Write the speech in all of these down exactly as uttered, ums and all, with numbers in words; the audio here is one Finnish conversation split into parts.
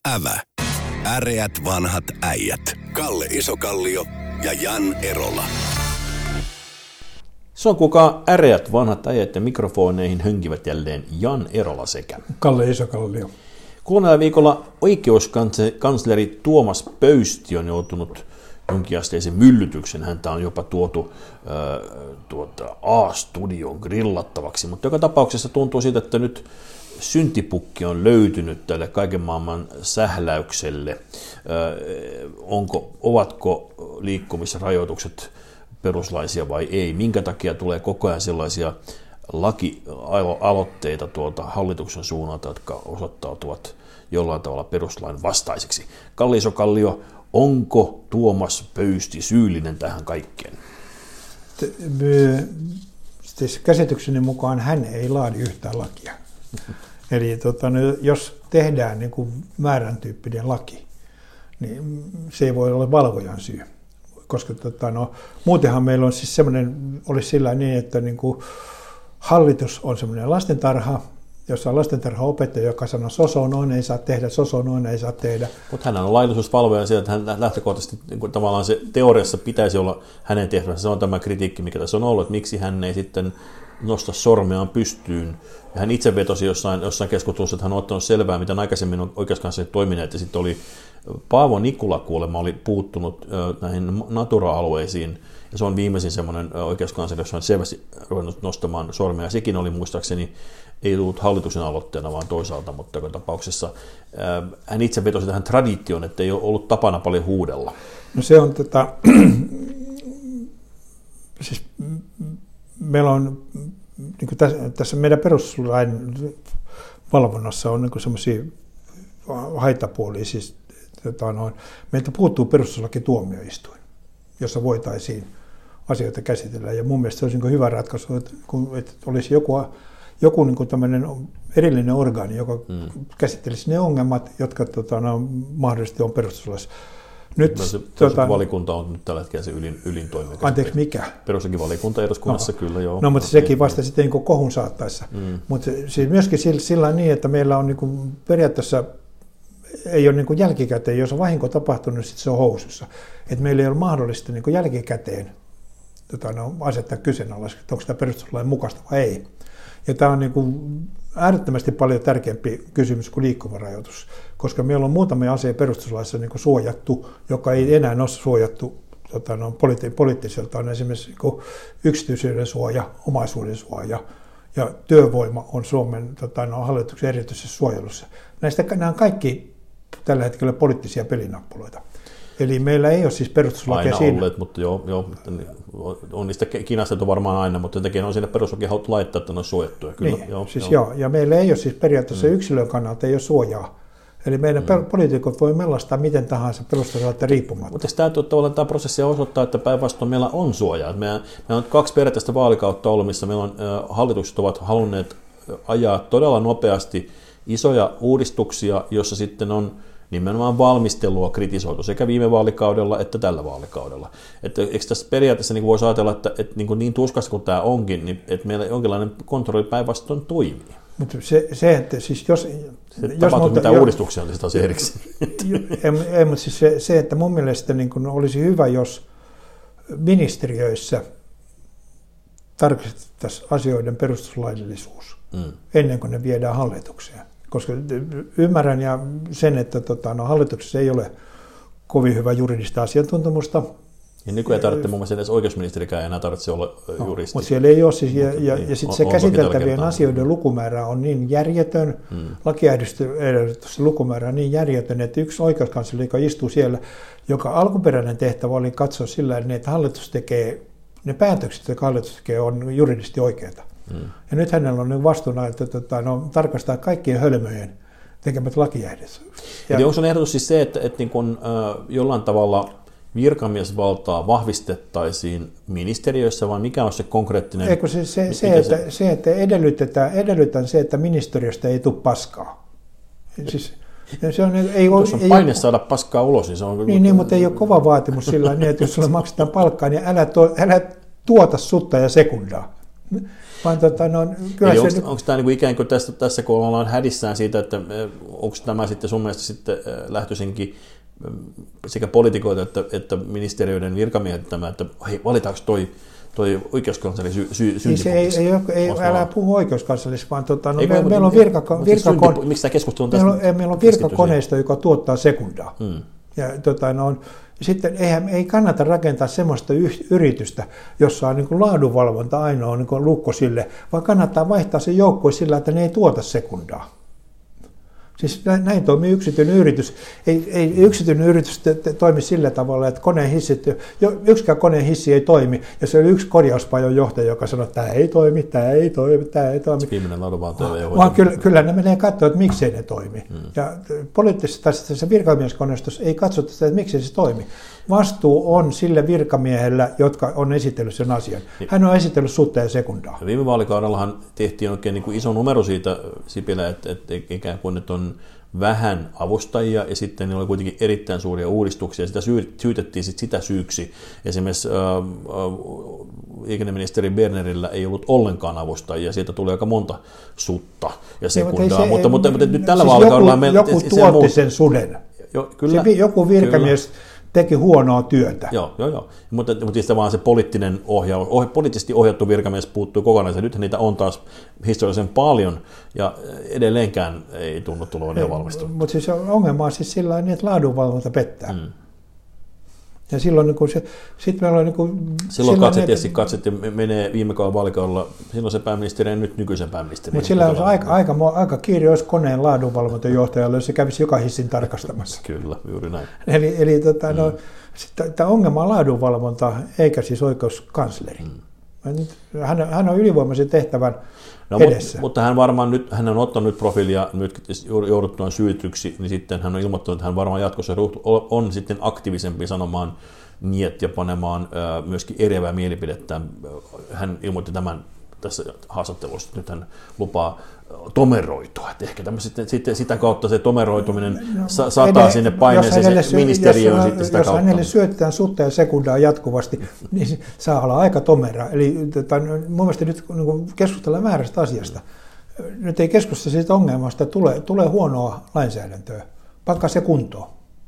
Ävä. Äreät vanhat äijät. Kalle Isokallio ja Jan Erola. Se on kuka äreät vanhat äijät ja mikrofoneihin hönkivät jälleen Jan Erola sekä Kalle Isokallio. Kuluneen viikolla oikeuskansleri Tuomas Pöysti on joutunut jonkinasteisen myllytyksen. Häntä on jopa tuotu äh, tuota, A-studion grillattavaksi, mutta joka tapauksessa tuntuu siitä, että nyt syntipukki on löytynyt tälle kaiken maailman sähläykselle. Äh, onko, ovatko liikkumisrajoitukset peruslaisia vai ei? Minkä takia tulee koko ajan sellaisia lakialoitteita tuolta hallituksen suunnalta, jotka osoittautuvat jollain tavalla peruslain vastaisiksi? Kalle Isokallio, onko Tuomas Pöysti syyllinen tähän kaikkeen? Siis käsitykseni mukaan hän ei laadi yhtään lakia. Eli tota, jos tehdään niin kuin väärän tyyppinen laki, niin se ei voi olla valvojan syy. Koska tota, no, muutenhan meillä on siis semmoinen, olisi sillä niin, että niin kuin hallitus on semmoinen lastentarha, jossa on lastentarhaopettaja, joka sanoo soso noin ei saa tehdä, soso noin ei saa tehdä. Mutta hän on laillisuusvalvoja siitä, että hän lähtökohtaisesti niin kuin tavallaan se teoriassa pitäisi olla hänen tehtävänsä. Se on tämä kritiikki, mikä tässä on ollut, että miksi hän ei sitten nosta sormeaan pystyyn. Ja hän itse vetosi jossain, jossain keskustelussa, että hän on ottanut selvää, mitä aikaisemmin on oikeuskanslerit toimineet, ja sitten oli Paavo Nikula kuulemma oli puuttunut näihin Natura-alueisiin, ja se on viimeisin semmoinen oikeuskansleri, jossa on selvästi ruvennut nostamaan sormea, ja sekin oli muistaakseni ei tullut hallituksen aloitteena, vaan toisaalta, mutta joka tapauksessa hän itse vetosi tähän traditioon, että ei ole ollut tapana paljon huudella. No se on tota, siis meillä on, niin kuin tässä, tässä meidän perustuslain valvonnassa on niin semmoisia haittapuolia, siis tota, noin, meiltä puuttuu perustuslakituomioistuin, jossa voitaisiin asioita käsitellä, ja mun mielestä se olisi niin hyvä ratkaisu, että, kun, että olisi joku joku niin kuin tämmöinen erillinen orgaani, joka mm. käsittelisi ne ongelmat, jotka tota, no, mahdollisesti on perustuslaissa. Nyt no, se perustuslakivaliokunta on nyt tällä hetkellä se ylin, ylin toimija. Anteeksi, mikä? Perustuslakivaliokunta eduskunnassa, no. Kyllä, joo. No, mutta sekin vasta sitten niin kuin kohun saattaessa. Mm. Mutta siis myöskin sillä, sillä niin, että meillä on niin kuin periaatteessa, ei ole niin kuin jälkikäteen, jos on vahinko tapahtunut, niin sitten se on housussa. Että meillä ei ole mahdollista niin kuin jälkikäteen tota, no, asettaa kyseenalaisesti, että onko tämä perustuslain mukaista vai ei. Ja tämä on niin kuin äärettömästi paljon tärkeämpi kysymys kuin liikkumarajoitus, koska meillä on muutamia asioita perustuslaissa niin kuin suojattu, joka ei enää ole suojattu tota, no, poliitt- poliittiselta. On esimerkiksi niin kuin yksityisyyden suoja, omaisuuden suoja ja työvoima on Suomen tota, no, hallituksen erityisessä suojelussa. Näistä nämä on kaikki tällä hetkellä poliittisia pelinappuloita. Eli meillä ei ole siis perustuslakia aina olleet, mutta joo, joo, on niistä kinasteltu varmaan aina, mutta jotenkin on siinä perustuslakia haluttu laittaa, että ne on suojattuja. Kyllä, niin, joo, siis joo. joo, ja meillä ei ole siis periaatteessa mm. yksilön kannalta ei ole suojaa. Eli meidän mm. poliitikot voi mellastaa miten tahansa perustuslaista riippumatta. Mutta tämä, tavallaan, tämä prosessi osoittaa, että päinvastoin meillä on suojaa. Meillä, meillä on kaksi periaatteista vaalikautta ollut, missä meillä on, hallitukset ovat halunneet ajaa todella nopeasti isoja uudistuksia, jossa sitten on nimenomaan valmistelua kritisoitu sekä viime vaalikaudella että tällä vaalikaudella. Että eikö tässä periaatteessa niin voisi ajatella, että, että niin, niin tuskasta kuin tämä onkin, niin että meillä jonkinlainen kontrolli päinvastoin toimii. Mutta se, se, että siis jos... Se jos tapahtuu mitään jo, uudistuksia, niin sitä on se erikseen. Ei, ei, mutta siis se, se, että mun mielestä niin kun olisi hyvä, jos ministeriöissä tarkistettaisiin asioiden perustuslaillisuus mm. ennen kuin ne viedään hallitukseen. Koska ymmärrän ja sen, että tota, no, hallituksessa ei ole kovin hyvä juridista asiantuntemusta. Ja nykyään ei tarvitse muun muassa edes oikeusministerikään enää tarvitse olla no, juristi. Mutta siellä ei ole siis, ja, ja, ja sitten se käsiteltävien asioiden lukumäärä on niin järjetön, hmm. lakiehdotuksen lukumäärä on niin järjetön, että yksi oikeuskansleri, joka istuu siellä, joka alkuperäinen tehtävä oli katsoa sillä, että hallitus tekee, ne päätökset, jotka hallitus tekee, on juridisesti oikeita. Hmm. Ja nyt hänellä on vastuuna, että tota, no, tarkastaa kaikkien hölmöjen tekemät lakiehdotukset. Eli onko sun ehdotus siis se, että, että niin kun, äh, jollain tavalla virkamiesvaltaa vahvistettaisiin ministeriössä, vai mikä on se konkreettinen... Eikö se, se, se, että, se... se, että edellytetään, edellytän se, että ministeriöstä ei tule paskaa. Siis, se on, ei Jos ole, on paine saada paskaa ulos, niin se on... Niin, niin, mutta ei ole kova vaatimus sillä niin, että jos sulle maksetaan palkkaa, niin älä, to, älä tuota sutta ja sekundaa. Vaan, tota, no, kyllä Eli se... onko, onko tämä niin kuin ikään kuin tässä, tässä kun ollaan hädissään siitä, että onko tämä sitten sun mielestä sitten lähtöisinkin sekä poliitikoita että, että ministeriöiden virkamiehet tämä, että hei, valitaanko toi, toi oikeuskansleri sy, sy, syntipukiksi? Ei, ei, ei, ei älä puhu oikeuskanslerista, vaan tota, no, ei, meillä, mutta, meillä on virkakone, virkakone, miksi tämä keskustelu on meillä on, meillä on virkakoneisto, joka tuottaa sekundaa. Hmm. Ja, tota, no, sitten eihän, ei kannata rakentaa sellaista yritystä, jossa on niin kuin laadunvalvonta ainoa niin kuin lukko sille, vaan kannattaa vaihtaa se joukkue sillä, että ne ei tuota sekundaa. Siis näin toimii yksityinen yritys. Ei, ei yksityinen yritys te, te, toimi sillä tavalla, että koneen hissit, yksikään koneen hissi ei toimi, ja se oli yksi korjauspajon johtaja, joka sanoi, että tämä ei toimi, tämä ei toimi, tämä ei toimi. Viimeinen laadunvalvonta ei Vaan kyllä, kyllä ne menee katsoa, että miksei ne toimi. Hmm. Ja poliittisessa tässä virkamieskoneistossa ei katsota sitä, että miksei se toimi. Vastuu on sille virkamiehellä, jotka on esitellyt sen asian. Hän on esitellyt sutta ja sekundaa. Viime vaalikaudellahan tehtiin oikein niin kuin iso numero siitä Sipilä, että, että ikään kuin nyt on vähän avustajia ja sitten niillä oli kuitenkin erittäin suuria uudistuksia. Sitä syytettiin sit sitä syyksi. Esimerkiksi äh, liikenneministeri Bernerillä ei ollut ollenkaan avustajia. Siitä tuli aika monta sutta ja sekundaa. Se, mutta, mutta, mutta nyt tällä siis vaalikaudella... Joku, meillä, joku se, tuotti se sen suden. Jo, kyllä, se, joku virkamies... Kyllä. Teki huonoa työtä. Joo, joo, joo. Mutta, mutta siis vaan se poliittinen ohjaus, oh, poliittisesti ohjattu virkamies puuttuu kokonaan. Nythän niitä on taas historiallisen paljon ja edelleenkään ei tunnu tulevan jo valmistunut. Mutta siis ongelma on siis sillä tavalla, että laadunvalvonta pettää. Mm. Ja silloin niin kuin se, sit meillä on niin kuin... Silloin katse tietysti katset menee viime kauden vaalikaudella, silloin se pääministeri ja nyt nykyisen pääministeri. Mutta sillä on aika, aika, aika kiire olisi koneen laadunvalvontajohtajalle, jos se kävisi joka hissin tarkastamassa. Kyllä, juuri näin. Eli, eli tota, mm. no, tämä ongelma on laadunvalvonta, eikä siis oikeuskansleri. Mm. Hän, hän on ylivoimaisen tehtävän no, edessä. Mutta, mutta hän varmaan nyt, hän on ottanut nyt profiilia nyt jouduttuaan syytyksi, niin sitten hän on ilmoittanut, että hän varmaan jatkossa on sitten aktiivisempi sanomaan niet ja panemaan myöskin eriävää mielipidettä. Hän ilmoitti tämän tässä haastattelussa, nyt hän lupaa tomeroitua. Että ehkä sitten, sitten sitä kautta se tomeroituminen no, sataa edellä, sinne paineeseen syö, ministeriöön jos, sitten sitä jos kautta. Jos hänelle syötetään sutta ja sekundaa jatkuvasti, niin saa olla aika tomera. Eli tota, mun mielestä nyt niin keskustellaan väärästä asiasta. Nyt ei keskustella siitä ongelmasta, että tulee, tulee huonoa lainsäädäntöä. Pakka se kuntoon.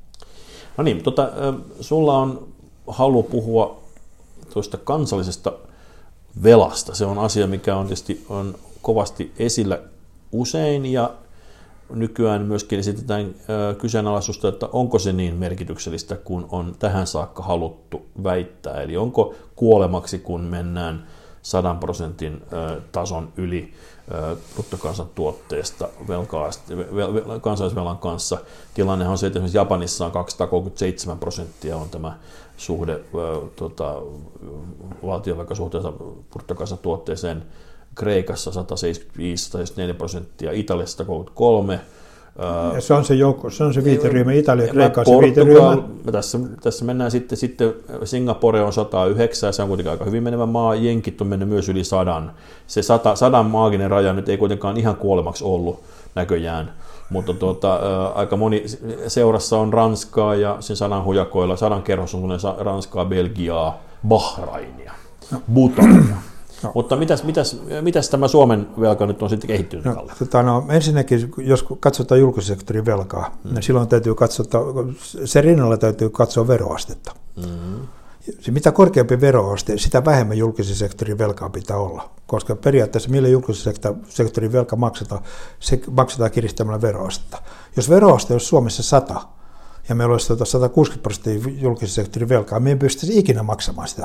No niin, tota, sulla on halu puhua tuosta kansallisesta velasta. Se on asia, mikä on tietysti on kovasti esillä usein ja nykyään myöskin esitetään kyseenalaistusta, että onko se niin merkityksellistä kuin on tähän saakka haluttu väittää. Eli onko kuolemaksi, kun mennään sadan prosentin tason yli bruttokansantuotteesta kansallisvelan kanssa. Tilannehan on se, että esimerkiksi Japanissa on kaksisataakolmekymmentäseitsemän prosenttia on tämä suhde tota, valtionvelka suhteessa bruttokansantuotteeseen. Kreikassa sata seitsemänkymmentäviisi sata seitsemänkymmentäneljä prosenttia, Italiassa sata kolmekymmentäkolme. Ja se on se joukko, se on se viiteryhmä, Italia ja Kreikka on se viiteryhmä. Tässä, tässä mennään sitten, sitten Singapore on sata yhdeksän, se on kuitenkin aika hyvin menevä maa, Jenkit on mennyt myös yli sadan. Se sata, sadan maaginen raja nyt ei kuitenkaan ihan kuolemaksi ollut näköjään, mutta tuota, ä, aika moni seurassa on Ranskaa ja sen sadan hujakoilla, sadan kerhossa on Ranskaa, Belgiaa, Bahrainia, no. Bhutania. No. Mutta mitäs, mitäs, mitäs tämä Suomen velka nyt on sitten kehittynyt? No, tota, no, ensinnäkin, jos katsotaan julkisen sektorin velkaa, mm. niin silloin täytyy katsoa, sen rinnalla täytyy katsoa veroastetta. Mm. Mitä korkeampi veroaste, sitä vähemmän julkisen sektorin velkaa pitää olla, koska periaatteessa millä julkisen sektorin velka maksetaan, se maksetaan kiristämällä veroastetta. Jos veroaste olisi Suomessa sata ja meillä olisi sata kuusikymmentä prosenttia julkisen sektorin velkaa, me ei pystyisi ikinä maksamaan sitä.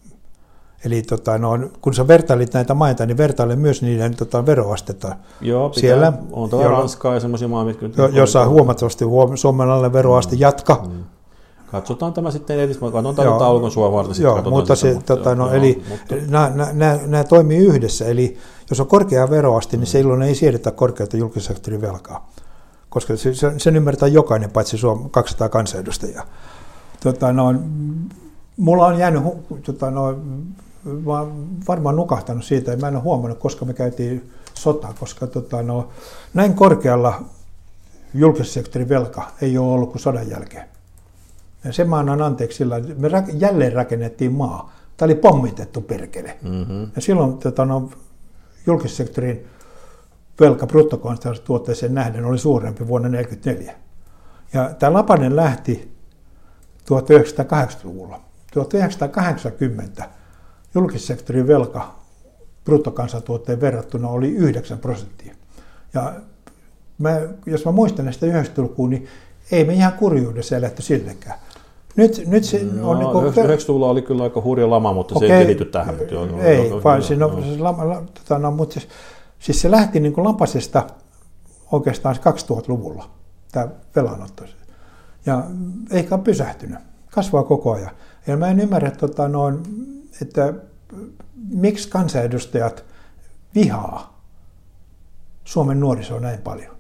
Eli tota, no, kun sä vertailit näitä maita, niin vertaile myös niiden tota, veroastetta. Joo, pitää. Siellä, on tuolla Ranskaa ja semmoisia maa, mitkä... Jo, jossa on huomattavasti huom- suomalainen veroaste, jatka. Mm. Katsotaan tämä sitten edessä, katsotaan tämän taulukon sua varten. Joo, mutta se, mutta, tota, no, joo, eli mutta... nämä toimii yhdessä. Eli jos on korkea veroaste, niin mm. silloin ei siedetä korkeata julkisen sektorin velkaa. Koska se, sen ymmärtää jokainen, paitsi Suom- kaksisataa kansanedustajaa. Tota, no, mulla on jäänyt... Tota, no, mä oon varmaan nukahtanut siitä, ja mä en ole huomannut, koska me käytiin sotaa, koska tota, no, näin korkealla julkisen sektorin velka ei ole ollut kuin sodan jälkeen. Ja sen mä annan anteeksi sillä, me jälleen rakennettiin maa Tämä oli pommitettu perkele. Mm-hmm. Ja silloin tota, no, julkissektorin velka bruttokansantuotteeseen nähden oli suurempi vuonna tuhatyhdeksänsataaneljäkymmentäneljä. Ja tämä Lapanen lähti tuhatyhdeksänsataakahdeksankymmentäluvulla. tuhatyhdeksänsataakahdeksankymmentä julkissektorin velka bruttokansantuotteen verrattuna oli yhdeksän prosenttia. Ja mä, jos mä muistan näistä yhdeksänkymmentälukua, niin ei me ihan kurjuudessa eletty sillekään. Nyt, nyt se no, on... Niin yhdeksänkymmentäluvulla oli kyllä aika hurja lama, mutta okay, se ei liity tähän. Mutta joo, ei, joo, vaan joo, siinä, joo. Se, lama, la, tota, no, mutta siis, siis se lähti niin kuin Lapasesta oikeastaan kaksituhattaluvulla, tämä velanotto. Ja eikä ole pysähtynyt. Kasvaa koko ajan. Ja mä en ymmärrä, tota, noin, että miksi kansanedustajat vihaa Suomen nuorisoa näin paljon.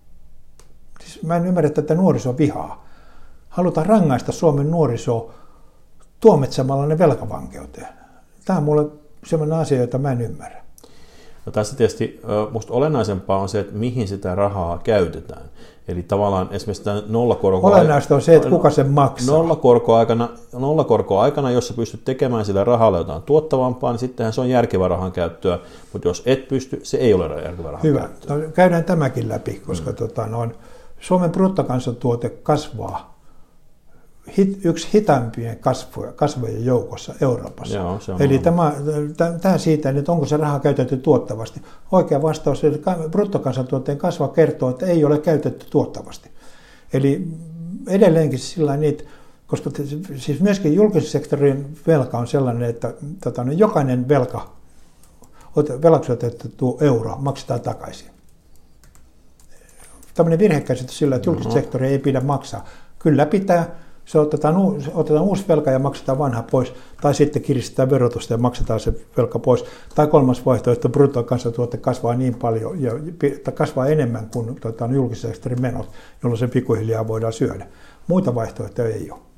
Siis mä en ymmärrä tätä nuoriso vihaa. Halutaan rangaista Suomen nuorisoa tuomitsemalla ne velkavankeuteen. Tämä on mulle sellainen asia, jota mä en ymmärrä. No tässä tietysti musta olennaisempaa on se, että mihin sitä rahaa käytetään. Eli tavallaan esimerkiksi tämä nollakorko... Olennaista on se, että kuka sen maksaa. Nollakorkoaikana, nollakorkoaikana, jos sä pystyt tekemään sillä rahalla jotain tuottavampaa, niin sittenhän se on järkevä rahan käyttöä. Mutta jos et pysty, se ei ole järkevä rahan Hyvä. käyttöä. No, käydään tämäkin läpi, koska mm. tota, no, Suomen bruttokansantuote kasvaa hit, yksi hitaimpien kasvojen, kasvojen joukossa Euroopassa. Joo, se on Eli tämä, tämä siitä, että onko se raha käytetty tuottavasti. Oikea vastaus, että bruttokansantuotteen kasva kertoo, että ei ole käytetty tuottavasti. Eli edelleenkin sillä niitä, koska siis myöskin julkisen sektorin velka on sellainen, että tota, no, jokainen velka, velaksi otettu euro maksetaan takaisin. Tällainen virhekäsitys sillä, että julkisen no. sektori ei pidä maksaa. Kyllä pitää. Se otetaan, otetaan uusi velka ja maksetaan vanha pois, tai sitten kiristetään verotusta ja maksetaan se velka pois. Tai kolmas vaihtoehto, että bruttokansantuote kasvaa niin paljon ja kasvaa enemmän kuin tota, julkisen sektorin menot, jolloin se pikkuhiljaa voidaan syödä. Muita vaihtoehtoja ei ole.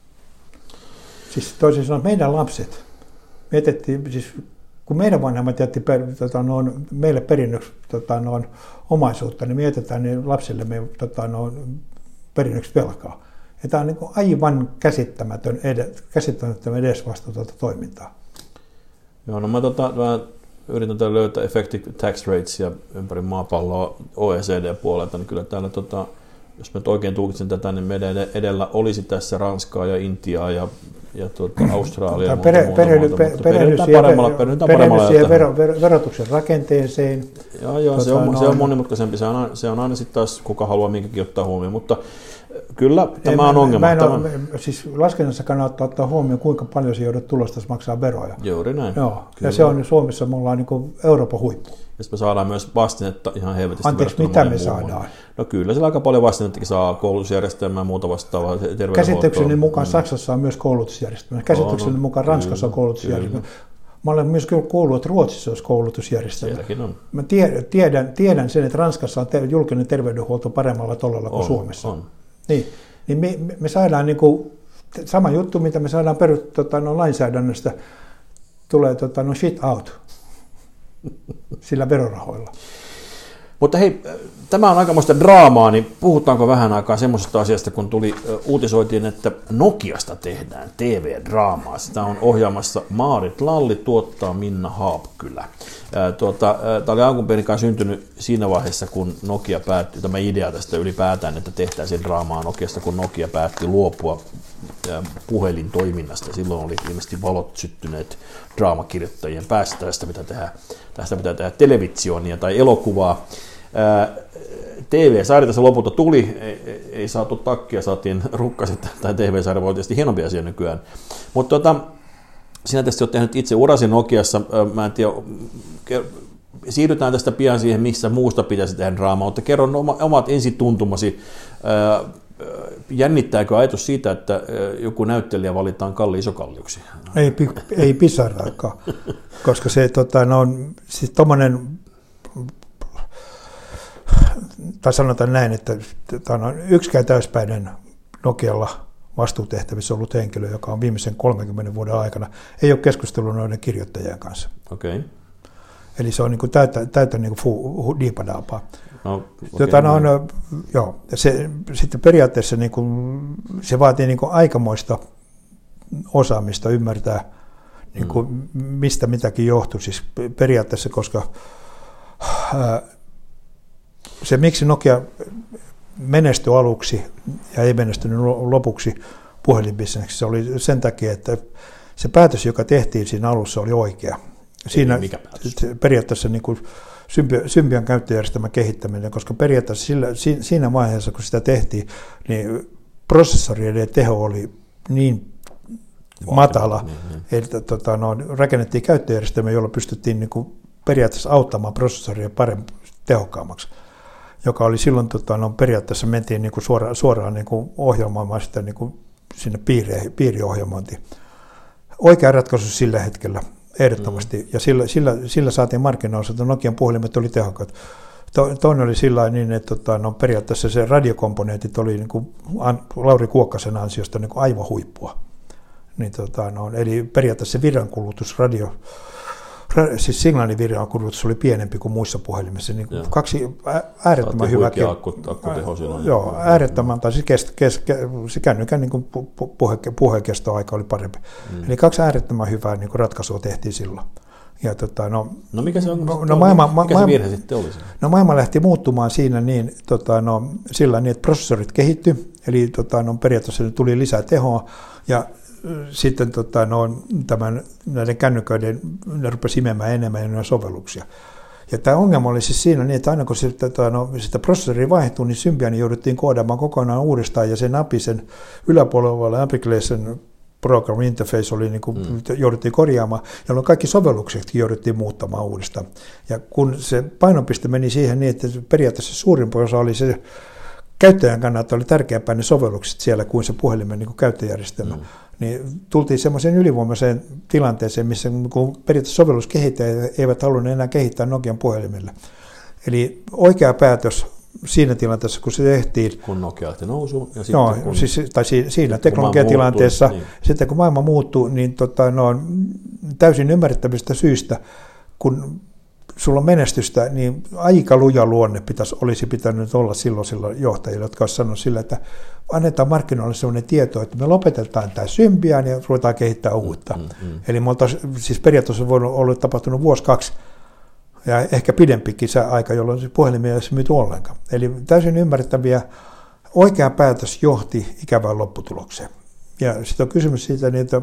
Siis toisin sanoen meidän lapset, me etettiin, siis kun meidän vanhemmat jätti per, tota, noin, meille perinnöksi tota, noin, omaisuutta, niin me jätetään niin lapsillemme tota, noin, perinnöksi velkaa. Ja tämä on niin kuin aivan käsittämätön, edes, käsittämätön edesvastuutonta toimintaa. Joo, no mä, tota, mä yritän löytää effective tax ratesia ympäri maapalloa O E C D-puolelta, niin kyllä täällä, tota, jos mä oikein tulkitsen tätä, niin meidän edellä olisi tässä Ranskaa ja Intiaa ja, ja tuota, Australia. Perehdy siihen vero, vero, verotuksen rakenteeseen. Joo, joo, tota, se, on, se on monimutkaisempi. Se on, se on aina sitten taas, kuka haluaa minkäkin ottaa huomioon, mutta kyllä tämä ei, on ongelma. Mä en ole, siis laskennassa kannattaa ottaa huomioon, kuinka paljon se joudut tulosta maksaa veroja. Juuri näin. Joo, ja se on Suomessa, me ollaan niin Euroopan huippu. Ja me saadaan myös vastinetta ihan helvetisti. Anteeksi, mitä me saadaan? No kyllä, sillä aika paljon vastinettakin saa koulutusjärjestelmää ja muuta vastaavaa. Käsitykseni mukaan mm. Saksassa on myös koulutusjärjestelmä. Käsitykseni on, mukaan Ranskassa kyllä, on koulutusjärjestelmä. Kyllä. Mä olen myös kuullut, että Ruotsissa olisi koulutusjärjestelmä. Sielläkin on. Mä tiedän, tiedän sen, että Ranskassa on julkinen terveydenhuolto paremmalla tolalla kuin on, Suomessa. On. Niin, niin me, me saadaan niin kuin, sama juttu, mitä me saadaan perus, tota, no, lainsäädännöstä, tulee tota, no, shit out sillä verorahoilla. Mutta hei, tämä on aikamoista draamaa, niin puhutaanko vähän aikaa semmoisesta asiasta, kun tuli uutisoitiin, että Nokiasta tehdään T V-draamaa. Sitä on ohjaamassa Maarit Lalli, tuottaa Minna Haapkylä. Tuota, tämä oli alun perin syntynyt siinä vaiheessa, kun Nokia päätti, tämä idea tästä ylipäätään, että tehtäisiin draamaa Nokiasta, kun Nokia päätti luopua puhelintoiminnasta. Silloin oli ilmeisesti valot syttyneet draamakirjoittajien päästä, tästä pitää tehdä, tästä pitää tehdä televisionia tai elokuvaa. T V-sarja tässä lopulta tuli, ei, ei saatu takkia, saatiin rukkaset, tai T V-sarja voi tietysti hienompi asia nykyään. Mutta tota, sinä tietysti olet tehnyt itse urasi Nokiassa, mä en tiedä, siirrytään tästä pian siihen, missä muusta pitäisi tehdä draamaa, mutta kerron omat ensituntumasi. Jännittääkö ajatus siitä, että joku näyttelijä valitaan Kalli Isokalliuksi? Ei, ei pisaraakaan, koska se tota, no, siis tommonen, tai sanotaan näin, että no, yksikään täyspäinen Nokialla vastuutehtävissä ollut henkilö, joka on viimeisen kolmenkymmenen vuoden aikana, ei ole keskustellut noiden kirjoittajien kanssa. Okay. Eli se on niin kuin täyttä, täyttä niin kuin diipadaapaa. No, okay, Jota, no, no, joo, se, sitten periaatteessa niin kuin, se vaatii niin kuin aikamoista osaamista ymmärtää niin kuin mm. mistä mitäkin johtui. Siis periaatteessa, koska ää, se miksi Nokia menestyi aluksi ja ei menestynyt lopuksi puhelinbisneksessä oli sen takia, että se päätös, joka tehtiin siinä alussa, oli oikea. Siinä mikä periaatteessa niin kuin Symbian käyttöjärjestelmän kehittäminen, koska periaatteessa sillä, siinä vaiheessa, kun sitä tehtiin, niin prosessorien teho oli niin matala, niin, niin. että tota, no, rakennettiin käyttöjärjestelmä, jolla pystyttiin niin kuin periaatteessa auttamaan prosessoria paremmin tehokkaammaksi, joka oli silloin, tota, no, periaatteessa mentiin niin kuin suoraan, suoraan niin kuin ohjelmoimaan sitä niin kuin sinne piiri, piiriohjelmointiin. Oikea ratkaisu sillä hetkellä, ehdottomasti, mm. ja sillä, sillä, sillä saatiin markkinoissa, että Nokian puhelimet oli tehokkaat. To, toinen oli sillä niin, että tota, no, periaatteessa se radiokomponentit oli niin kuin Lauri Kuokkasen ansiosta niin kuin aivan huippua. Niin, tota, no, eli periaatteessa se virrankulutus, radio, ra, siis signaalin virrankulutus oli pienempi kuin muissa puhelimissa. Niin kaksi äärettömän hyvää. Joo, äärettömän, tai siis kest, kest, se kännykän niin puhe, puheenkestoaika oli parempi. Mm. Eli kaksi äärettömän hyvää niin kuin ratkaisua tehtiin silloin. Ja, tota, no, no mikä se on? No, no, maailma, mikä maailma, se virhe sitten oli? No maailma lähti muuttumaan siinä niin, tota, no, sillä niin, että prosessorit kehittyi, eli tota, no, periaatteessa tuli lisää tehoa, ja sitten tota, no, tämän, näiden kännyköiden ne rupesi imemään enemmän enemmän sovelluksia. Ja tämä ongelma oli siis siinä niin, että aina kun se, tota, no, sitä prosessoria vaihtui, niin Symbian jouduttiin koodaamaan kokonaan uudestaan, ja sen api, sen yläpuolella application program interface oli, niin kuin, mm. jouduttiin korjaamaan, jolloin kaikki sovelluksetkin jouduttiin muuttamaan uudestaan. Ja kun se painopiste meni siihen niin, että periaatteessa suurin osa oli se käyttäjän kannalta oli tärkeämpää ne sovellukset siellä kuin se puhelimen niin kuin käyttöjärjestelmä, mm. niin tultiin semmoiseen ylivoimaiseen tilanteeseen, missä kun periaatteessa sovelluskehittäjät eivät halunneet enää kehittää Nokian puhelimelle. Eli oikea päätös siinä tilanteessa, kun se tehtiin. Kun Nokia lähti nousuun. Ja no, kun, siis, tai siinä teknologiatilanteessa, niin. Sitten kun maailma muuttuu, niin tota, no, täysin ymmärrettävistä syistä, kun sulla on menestystä, niin aika luja luonne pitäisi, olisi pitänyt olla silloisilla johtajilla, jotka olisivat sanoneet sillä, että annetaan markkinoille sellainen tieto, että me lopetetaan tämä Symbian ja ruvetaan kehittämään uutta. Mm, mm, mm. Eli me oltaisiin, siis periaatteessa voinut olla tapahtunut vuosi kaksi, ja ehkä pidempikin se aika, jolloin se puhelimia ei olisi myyty ollenkaan. Eli täysin ymmärrettäviä, oikea päätös johti ikävään lopputulokseen. Ja sitten on kysymys siitä, että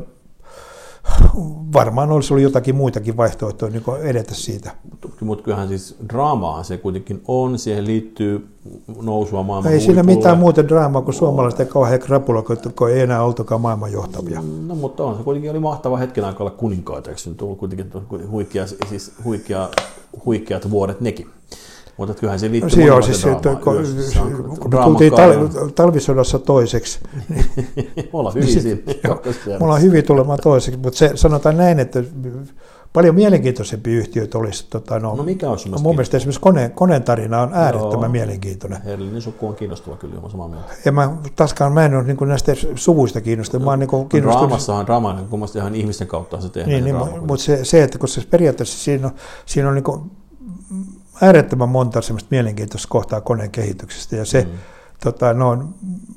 varmaan olisi ollut jotakin muitakin vaihtoehtoja niin edetä siitä. Mutta kyllähän siis draamaahan se kuitenkin on, siihen liittyy nousua maailman Ei huipulle. siinä mitään muuta draamaa kuin suomalaiset ja kauhean krapula, kun ei enää oltukaan maailman johtavia. No mutta on, se kuitenkin oli mahtava hetken aikaa olla kuninkaita, eikö se nyt ollut kuitenkin huikea, siis huikea, huikeat vuodet nekin. Mutta kyllähän se liittyy no, monenlaisen siis, draamaan. Ylös, se on, kun me tultiin tal- talvisodassa toiseksi. Me ollaan hyvin siinä. Me ollaan hyvin tulemaan toiseksi, mutta se, sanotaan näin, että paljon mielenkiintoisempia yhtiöitä olisi. Tota, no, no mikä on mun mielestä esimerkiksi koneen, koneen tarina on äärettömän Joo, mielenkiintoinen. Herlinin suku on kiinnostava kyllä, olen samaa mieltä. Ja mä taaskaan, mä en ole niin näistä suvuista kiinnostunut. Mä niin kiinnostunut. Draamassahan draama, niin kummasti ihan ihmisten kautta se tehdään. Niin, niin, mutta se, se, että kun se periaatteessa siinä on, siinä on niin kuin äärettömän monta semmoista mielenkiintoista kohtaa koneen kehityksestä. Ja se, mm. tota, no,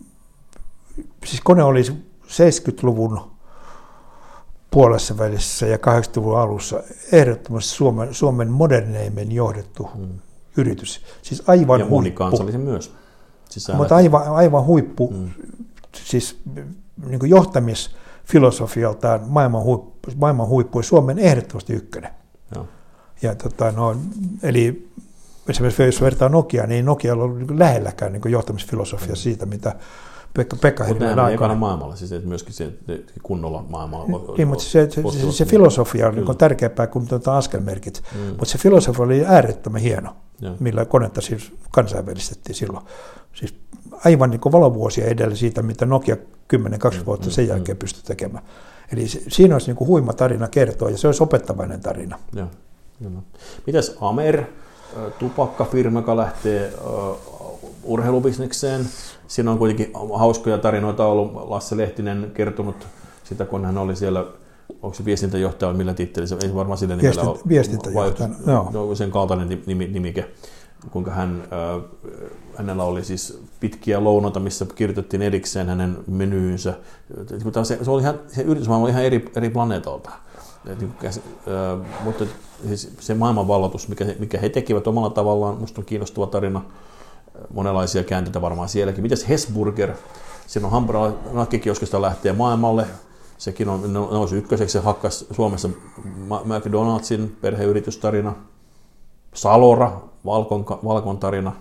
siis kone oli seitsemänkymmentäluvun puolessa välissä ja kahdeksankymmentäluvun alussa ehdottomasti Suomen, Suomen moderneimmin johdettu mm. yritys. Siis aivan ja monikansallisen myös. Siis mutta aivan, aivan huippu, mm. siis niin kuin johtamisfilosofialtaan maailman huippu, maailman huippu Suomen ehdottomasti ykkönen. Joo. Ja tota, no, eli esimerkiksi jos vertaa Nokia, niin Nokialla on niin lähelläkään niin johtamisfilosofia siitä, mitä Pekka, Pekka Hirvonen aikana. Mutta maailmalla, siis että myöskin se kunnolla maailmalla. Niin, mutta se, se, se, se filosofia on niin tärkeämpää kuin tuota askelmerkit, mm. mutta se filosofia oli äärettömän hieno, ja. Millä konetta siis kansainvälistettiin silloin. Siis aivan niin valovuosia edellä siitä, mitä Nokia kymmenen kaksikymmentä vuotta mm, sen mm, jälkeen mm. pystyi tekemään. Eli siinä olisi niin huima tarina kertoa, ja se olisi opettavainen tarina. Ja. Mitäs Amer, tupakkafirma, joka lähtee uh, urheilubisnekseen? Siinä on kuitenkin hauskoja tarinoita ollut. Lasse Lehtinen kertonut sitä, kun hän oli siellä, onko se viestintäjohtaja, millä titteli, ei varmaan sillä nimellä ole. Viestintäjohtaja, joo. Sen kaltainen nimike, kuinka hän, uh, hänellä oli siis pitkiä lounoita, missä kirjoitettiin erikseen hänen menyynsä. Se, oli ihan, se yritysmaailma oli ihan eri, eri planeetalta. Mutta siis se maailmanvalloitus, mikä, mikä he tekivät omalla tavallaan, musta on kiinnostava tarina, monenlaisia käänteitä varmaan sielläkin. Mitäs Hesburger? Siinä on Hampura nakkikioskista lähtee maailmalle. Sekin on nousi ykköseksi, se hakkas Suomessa McDonaldsin perheyritystarina. Salora, Valkon, Valkon tarina.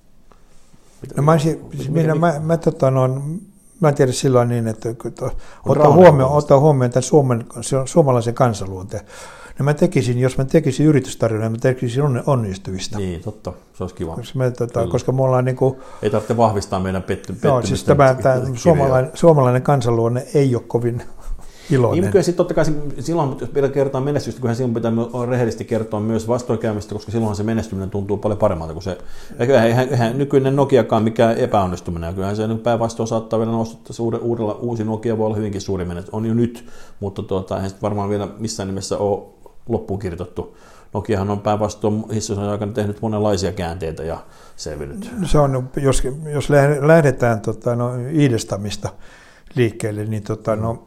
No mä, olisin, minä, mä, mä, tota, no, mä en tiedä silloin niin, että ottaa huomioon, ottaa huomioon tämän Suomen, suomalaisen kansanluonteen. No mä tekisin, jos mä tekisin yritystarinoja, mä tekisin onnistuvista. Niin, totta. Se olisi kiva. Koska me, tota, koska me ollaan niin kuin, ei tarvitse vahvistaa meidän petty, pettymystä. No, siis tämä, tämä suomalainen, suomalainen kansanluonne ei ole kovin iloinen. Niin, kyllä sitten totta kai silloin, jos vielä kertaa menestystä, kun silloin pitää rehellisesti kertoa myös vastoinkäymistä, koska silloin se menestyminen tuntuu paljon paremmalta kuin se. Eihän, eihän nykyinen Nokiakaan mikään epäonnistuminen. Kyllähän se päinvastoin saattaa vielä nostaa se uudella, uusi Nokia voi olla hyvinkin suuri menestys. On jo nyt, mutta tuota, eihän varmaan vielä missään nimessä ole loppuun kirjoitettu. Nokiahan on päinvastoin historian aikana tehnyt monenlaisia käänteitä ja selvinnyt. Se on, jos, jos lähdetään tota, no, Iidestamista liikkeelle, niin, tota, no,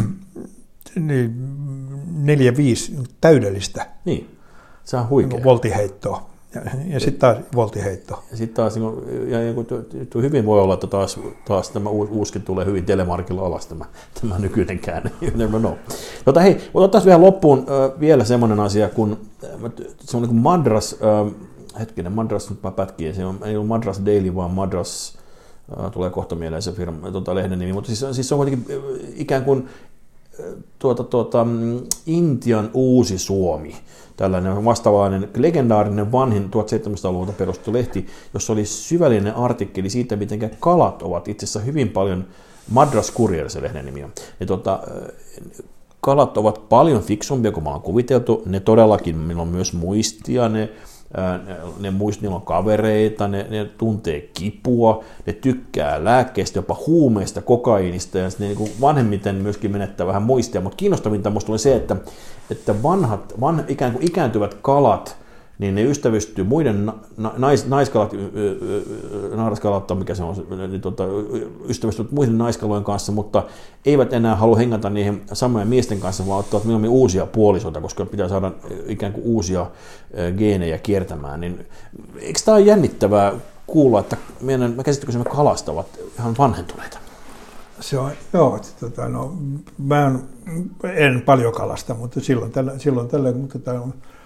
niin neljä viisi täydellistä niin, se on huikea. Voltiheittoa. Ja, ja sitten taas voltiheitto. Ja sitten taas, ja, ja, hyvin voi olla, että taas, taas tämä uuskin tulee hyvin telemarkilla alas, tämä, tämä nykyinen käänne. No. Tota, hei, otetaan vielä loppuun äh, vielä semmoinen asia, kun äh, semmoinen kuin Madras, äh, hetkinen, Madras, nyt mä pätkin, se on, ei ole Madras Daily, vaan Madras, äh, tulee kohta mieleen se firma, tuota, lehden nimi, mutta siis, siis se on kuitenkin äh, ikään kuin äh, tuota, tuota, Intian uusi Suomi. Tällainen vastaavainen legendaarinen vanhin tuhatseitsemänsataaluvulta perustettu lehti, jossa oli syvällinen artikkeli siitä, miten kalat ovat itse asiassa hyvin paljon, Madras Courier se lehden nimi on. Ja tuota, kalat ovat paljon fiksumpia kuin me ollaan kuviteltu, ne todellakin, niillä on myös muistia, ne, ne muist, niillä on kavereita, ne, ne tuntee kipua, ne tykkää lääkkeistä, jopa huumeista, kokaiinista, ja ne niin vanhemmiten myöskin menettää vähän muistia, mutta kiinnostavinta minusta oli se, että että vanhat, vanha, ikään kuin ikääntyvät kalat, niin ne ystävystyy muiden nais, naiskalat, naaraskalat, mikä se on, niin tota, ystävystyvät muiden naiskalojen kanssa, mutta eivät enää halua hengata niihin samojen miesten kanssa, vaan ottavat mieluummin uusia puolisoita, koska pitää saada ikään kuin uusia geenejä kiertämään. Niin, eikö tämä ole jännittävää kuulla, että meidän käsittelyksemme kalasta ovat ihan vanhentuneita? Se on, joo, tota, no, mä en, en paljon kalasta, mutta silloin tällä, silloin tällä tota,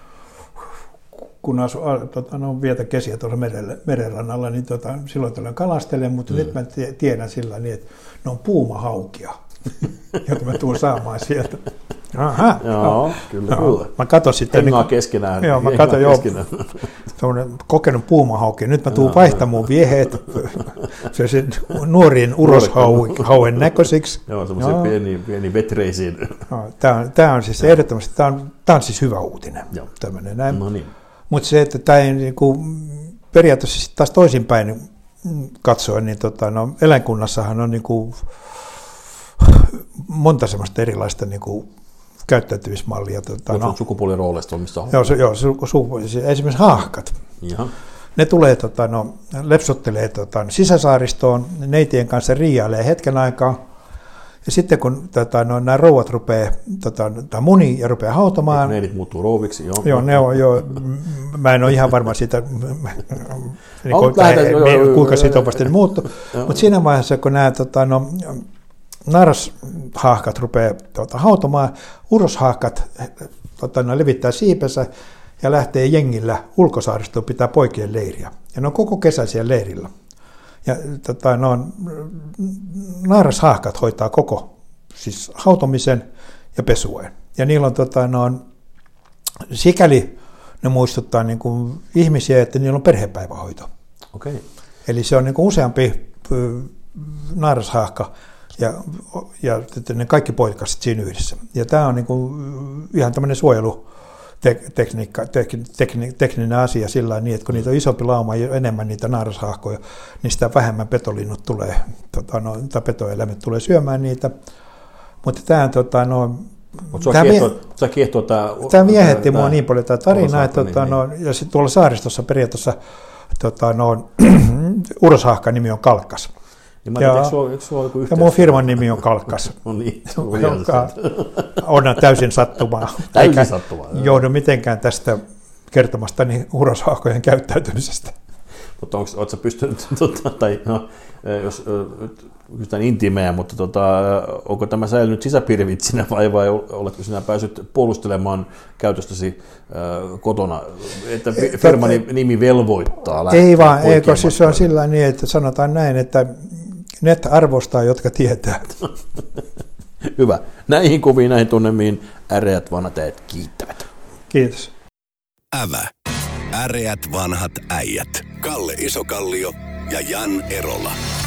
kun asu, tota, no, vietä kesiä tuolla merellä, merenrannalla, niin tota, silloin tällöin kalastelen, mutta mm. nyt mä tiedän sillä niin, että ne on puumahaukia, joita mä tuun saamaan sieltä. Aha, joo, no, kyllä, no, kyllä. Mä katon sitten. Hengaa niin, keskenään. Joo, mä katon, joo, kokenut puumahauki. Nyt mä tuun vaihtamaan mun vieheet se nuoriin uroshauen näköisiksi. Joo, semmoisia pieni, pieni vetreisiin. Tämä on, tämä on siis ehdottomasti, tämä on, tämä on siis hyvä uutinen. No niin. Mutta se, että tämä ei niin kuin, periaatteessa sitten taas toisinpäin katsoen, niin tota, no, eläinkunnassahan on niin kuin, monta semmoista erilaista niin kuin, käyttäytymismallia. Tota, no, sukupuolirooleista on mistä on? Joo, su, joo su, su, esimerkiksi haahkat. Jaha. Ne tulee, tota, no, lepsottelee tota, sisäsaaristoon, neitien kanssa riiailee hetken aikaa. Ja sitten kun tota, no, nämä rouvat rupeaa tota, muni ja rupeaa hautamaan. Neidit muuttuu rouviksi, joo. Joo, ne on, joo, mä en ole ihan varma siitä, niin kuin, lähdetään, joo, joo, kuinka sitovasti ne muuttuu. Mutta siinä vaiheessa, kun nämä tota, no, naarashaahkat rupeaa tota, hautamaan, uroshaahkat tota, no, levittää siipensä ja lähtee jengillä ulkosaaristoon pitää poikien leiriä. Ja ne on koko kesä siellä leirillä. Ja tota, no, naarashaahkat hoitaa koko siis hautomisen ja pesueen. Ja niillä on, tota, no, sikäli ne muistuttaa niin kuin ihmisiä, että niillä on perhepäivähoito. Okay. Eli se on niin kuin useampi naarashaahka ja, ja ne kaikki poikaset siinä yhdessä. Ja tämä on niin kuin ihan tämmöinen suojelu. Tekniikka, tek, tekni, tekninen asia sillä niin, että kun niitä on isompi lauma ja enemmän niitä naarashahkoja, niin sitä vähemmän petolinnut tulee, tota, no, tai petoeläimet tulee syömään niitä. Mutta tämä tota, no, Sä kiehtoo tämä... Tämä viehetti mua niin paljon tämä tarina, että tota, niin, no, ja sitten tuolla saaristossa periaatteessa tota, no, uroshaahkan nimi on Kalkkas. Ja, mä tiedän, eikö sulla, eikö sulla joku ja mun firman nimi on Kalkkas, no niin, joka on täysin sattumaa. Täysin eikä sattumaa. joudu mitenkään tästä kertomastani urosaukojen käyttäytymisestä. Mutta onko sä pystynyt, tota, tai no, jos kysytään intiimejä, mutta tota, onko tämä säilynyt sisäpiirivitsinä vai, vai oletko sinä päässyt puolustelemaan käytöstäsi äh, kotona, että firman nimi velvoittaa lähteä? Ei vaan, eikö siis se on sillä niin, että sanotaan näin, että net arvostaa, jotka tietää. Hyvä. Näihin kuviin, näihin tunnemiin äreät vanhat äijät kiittävät. Kiitos. Ävä. Äreät vanhat äijät. Kalle Isokallio ja Jan Erola.